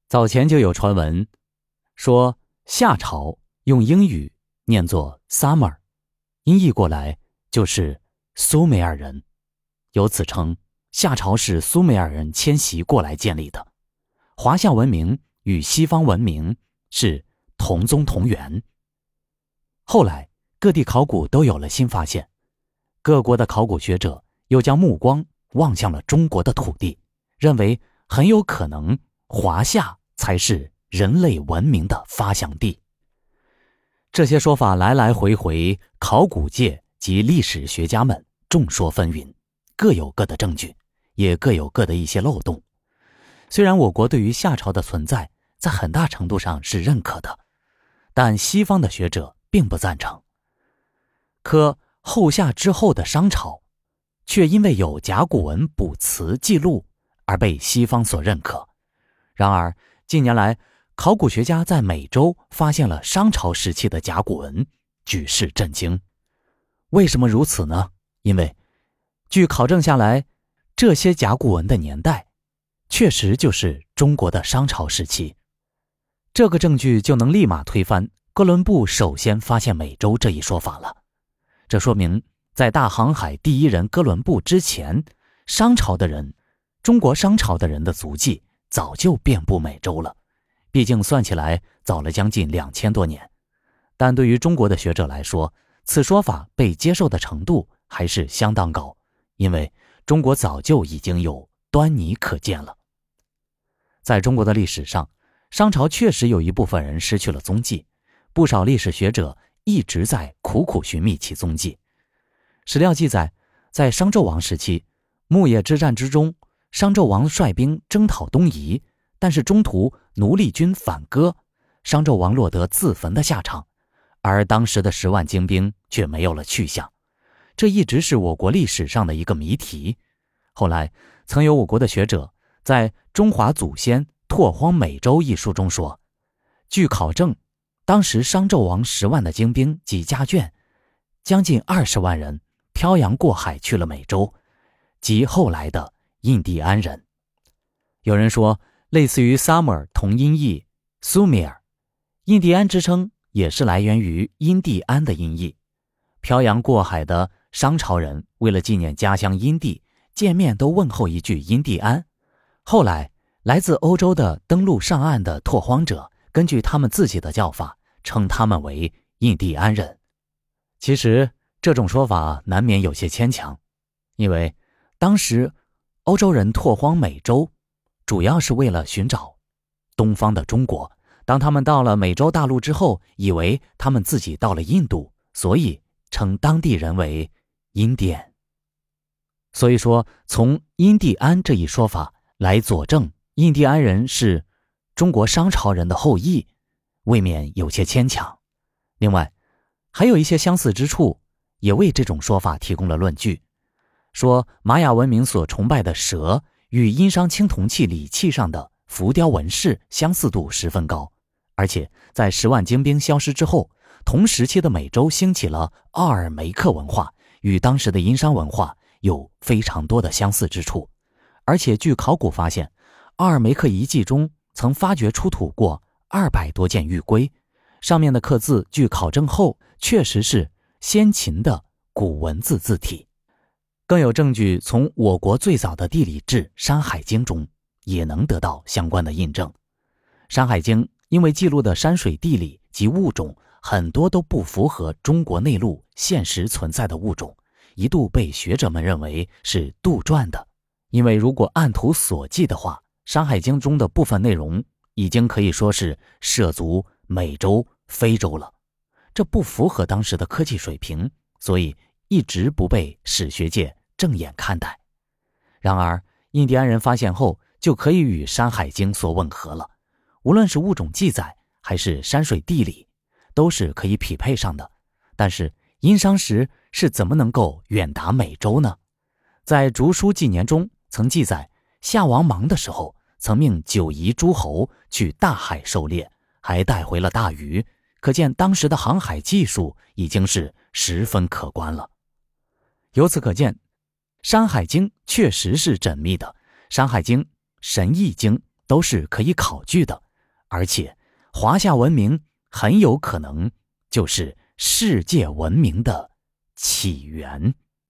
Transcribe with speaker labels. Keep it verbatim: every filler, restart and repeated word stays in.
Speaker 1: 早前就有传闻说夏朝用英语念作 summer， 音译过来就是苏美尔人，由此称夏朝是苏美尔人迁徙过来建立的。华夏文明与西方文明是同宗同源。后来各地考古都有了新发现，各国的考古学者又将目光望向了中国的土地，认为很有可能华夏才是人类文明的发祥地。这些说法来来回回，考古界及历史学家们众说纷纭，各有各的证据，也各有各的一些漏洞。虽然我国对于夏朝的存在在很大程度上是认可的，但西方的学者并不赞成。可后夏之后的商朝却因为有甲骨文卜辞记录而被西方所认可。然而近年来考古学家在美洲发现了商朝时期的甲骨文，举世震惊。为什么如此呢？因为据考证下来，这些甲骨文的年代确实就是中国的商朝时期。这个证据就能立马推翻哥伦布首先发现美洲这一说法了。这说明在大航海第一人哥伦布之前，商朝的人，中国商朝的人的足迹早就遍布美洲了，毕竟算起来早了将近两千多年。但对于中国的学者来说，此说法被接受的程度还是相当高，因为中国早就已经有端倪可见了。在中国的历史上，商朝确实有一部分人失去了踪迹，不少历史学者一直在苦苦寻觅其踪迹。史料记载，在商纣王时期，牧野之战之中，商纣王率兵征讨东夷，但是中途奴隶军反戈，商纣王落得自焚的下场，而当时的十万精兵却没有了去向。这一直是我国历史上的一个谜题。后来曾有我国的学者在《中华祖先拓荒美洲》一书中说，据考证，当时商纣王十万的精兵及家眷，将近二十万人漂洋过海去了美洲，即后来的印第安人。有人说，类似于 summer 同音译苏美尔，印第安之称也是来源于印第安的音译。漂洋过海的商朝人为了纪念家乡阴地，见面都问候一句印第安。后来来自欧洲的登陆上岸的拓荒者，根据他们自己的叫法称他们为印第安人。其实这种说法难免有些牵强，因为当时欧洲人拓荒美洲主要是为了寻找东方的中国，当他们到了美洲大陆之后，以为他们自己到了印度，所以称当地人为印第安。所以说从印第安这一说法来佐证印第安人是中国商朝人的后裔，未免有些牵强。另外还有一些相似之处，也为这种说法提供了论据，说玛雅文明所崇拜的蛇与殷商青铜器礼器上的浮雕纹饰相似度十分高，而且在十万精兵消失之后，同时期的美洲兴起了奥尔梅克文化，与当时的殷商文化有非常多的相似之处。而且据考古发现，奥尔梅克遗迹中曾发掘出土过二百多件玉圭，上面的刻字据考证后确实是先秦的古文字字体。更有证据从我国最早的地理志《山海经》中也能得到相关的印证。《山海经》因为记录的山水地理及物种很多都不符合中国内陆现实存在的物种，一度被学者们认为是杜撰的。因为如果按图索骥的话，《山海经》中的部分内容已经可以说是涉足美洲、非洲了，这不符合当时的科技水平，所以一直不被史学界正眼看待。然而印第安人发现后，就可以与《山海经》所吻合了，无论是物种记载还是山水地理，都是可以匹配上的。但是殷商时是怎么能够远达美洲呢？在《竹书纪年》中曾记载，夏王忙的时候曾命九夷诸侯去大海狩猎，还带回了大鱼，可见当时的航海技术已经是十分可观了。由此可见，山海经确实是缜密的。山海经、神异经都是可以考据的，而且华夏文明很有可能就是世界文明的起源。